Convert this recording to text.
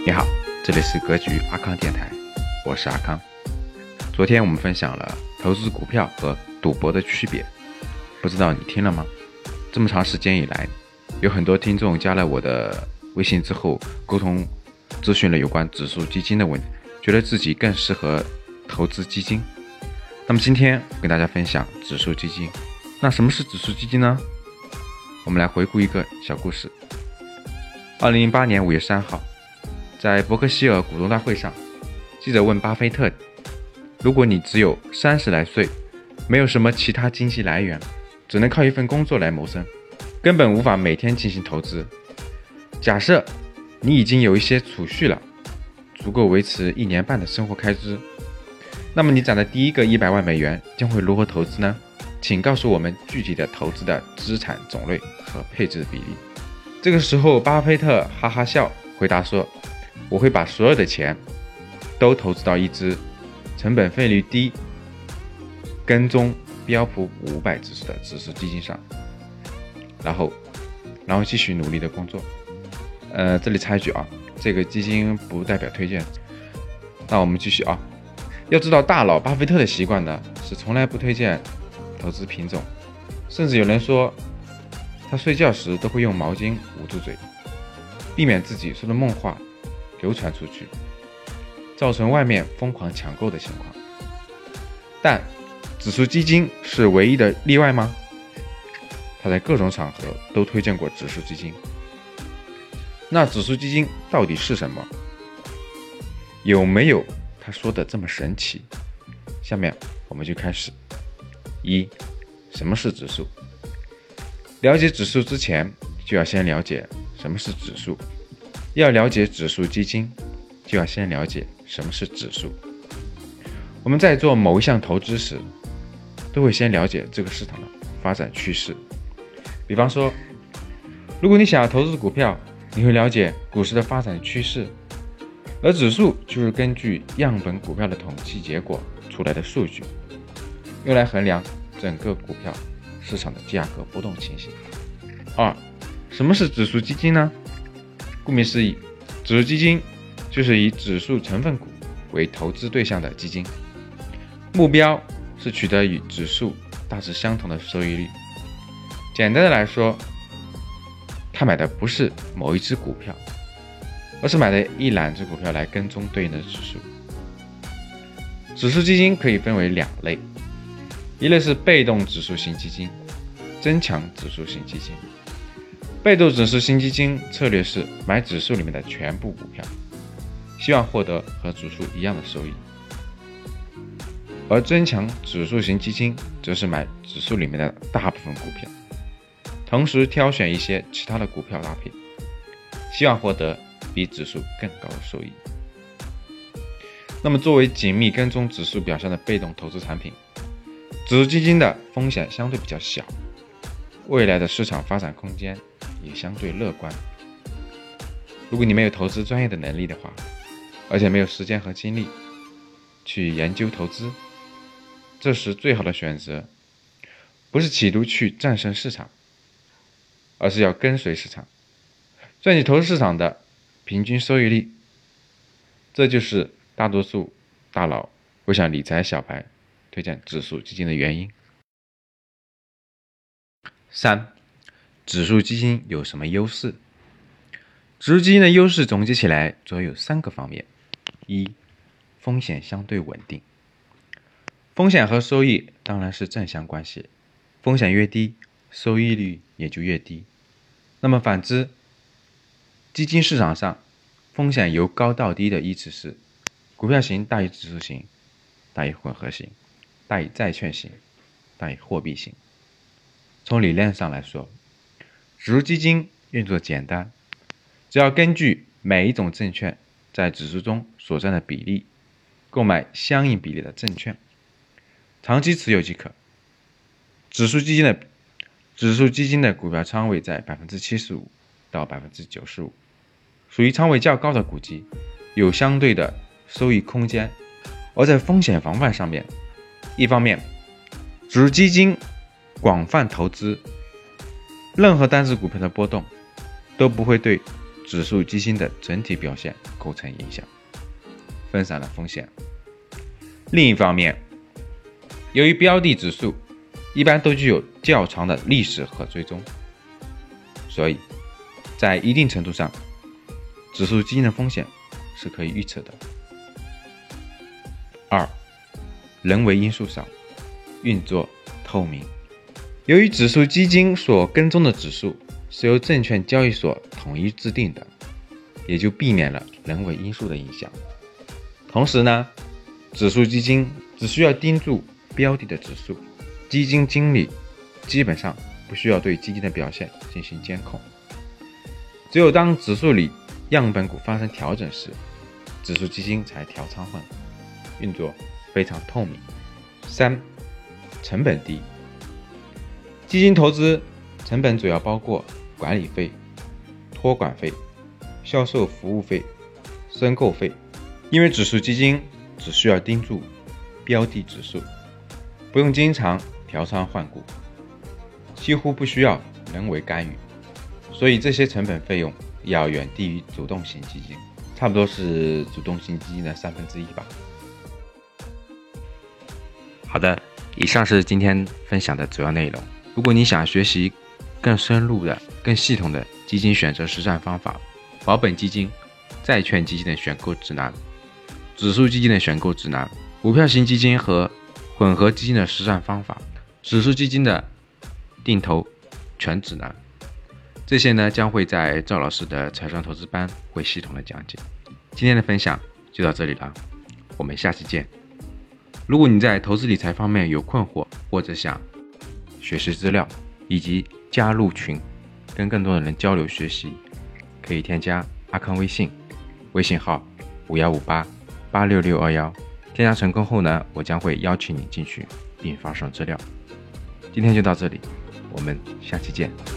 你好，这里是格局阿康电台，我是阿康。昨天我们分享了投资股票和赌博的区别，不知道你听了吗？这么长时间以来，有很多听众加了我的微信之后，沟通咨询了有关指数基金的问题，觉得自己更适合投资基金。那么今天跟大家分享指数基金。那什么是指数基金呢？我们来回顾一个小故事。2008年5月3号，在伯克希尔股东大会上，记者问巴菲特，如果你只有30来岁，没有什么其他经济来源，只能靠一份工作来谋生，根本无法每天进行投资，假设你已经有一些储蓄了，足够维持1年半的生活开支，那么你攒的第一个100万美元将会如何投资呢？请告诉我们具体的投资的资产种类和配置比例。这个时候巴菲特哈哈笑回答说，我会把所有的钱都投资到一只成本费率低、跟踪标普500指数的指数基金上，然后继续努力的工作。这里插一句啊，这个基金不代表推荐。那我们继续啊，要知道大佬巴菲特的习惯呢，是从来不推荐投资品种，甚至有人说他睡觉时都会用毛巾捂住嘴，避免自己说的梦话流传出去，造成外面疯狂抢购的情况。但指数基金是唯一的例外吗？他在各种场合都推荐过指数基金。那指数基金到底是什么？有没有他说的这么神奇？下面我们就开始。1. 什么是指数？了解指数之前，就要先了解什么是指数。要了解指数基金，就要先了解什么是指数。我们在做某一项投资时，都会先了解这个市场的发展趋势。比方说，如果你想要投资股票，你会了解股市的发展趋势，而指数就是根据样本股票的统计结果出来的数据，用来衡量整个股票市场的价格波动情形。2. 什么是指数基金呢？顾名思义，指数基金就是以指数成分股为投资对象的基金，目标是取得与指数大致相同的收益率。简单的来说，他买的不是某一只股票，而是买的一揽子股票来跟踪对应的指数。指数基金可以分为2类，一类是被动指数型基金，增强指数型基金。被动指数型基金策略是买指数里面的全部股票，希望获得和指数一样的收益。而增强指数型基金则是买指数里面的大部分股票，同时挑选一些其他的股票搭配，希望获得比指数更高的收益。那么作为紧密跟踪指数表现的被动投资产品，指数基金的风险相对比较小，未来的市场发展空间也相对乐观。如果你没有投资专业的能力的话，而且没有时间和精力去研究投资，这时最好的选择不是企图去战胜市场，而是要跟随市场，赚取投资市场的平均收益率。这就是大多数大佬会向理财小白推荐指数基金的原因。3. 指数基金有什么优势？指数基金的优势总结起来主要有3个方面。1. 风险相对稳定。风险和收益当然是正相关系，风险越低，收益率也就越低。那么反之，基金市场上风险由高到低的依次是股票型大于指数型，大于混合型，大于债券型，大于货币型。从理念上来说，指数基金运作简单，只要根据每一种证券在指数中所占的比例，购买相应比例的证券，长期持有即可。指数基金的股票仓位在 75% 到 95%， 属于仓位较高的股基，有相对的收益空间。而在风险防范上面，一方面，指数基金广泛投资，任何单只股票的波动都不会对指数基金的整体表现构成影响，分散了风险。另一方面，由于标的指数一般都具有较长的历史可追踪，所以在一定程度上，指数基金的风险是可以预测的。2. 人为因素少，运作透明。由于指数基金所跟踪的指数是由证券交易所统一制定的，也就避免了人为因素的影响。同时呢，指数基金只需要盯住标的的指数，基金经理基本上不需要对基金的表现进行监控。只有当指数里样本股发生调整时，指数基金才调仓换股，运作非常透明。3. 成本低。基金投资成本主要包括管理费、托管费、销售服务费、申购费。因为指数基金只需要盯住标的指数，不用经常调仓换股，几乎不需要人为干预，所以这些成本费用要远低于主动型基金，差不多是主动型基金的1/3吧。好的，以上是今天分享的主要内容。如果你想学习更深入的、更系统的基金选择实战方法，保本基金、债券基金的选购指南、指数基金的选购指南、股票型基金和混合基金的实战方法、指数基金的定投全指南，这些呢将会在赵老师的财商投资班会系统的讲解。今天的分享就到这里了，我们下期见。如果你在投资理财方面有困惑，或者想学习资料以及加入群跟更多的人交流学习，可以添加阿康微信，微信号5158866621。添加成功后呢，我将会邀请你进去并发送资料。今天就到这里，我们下期见。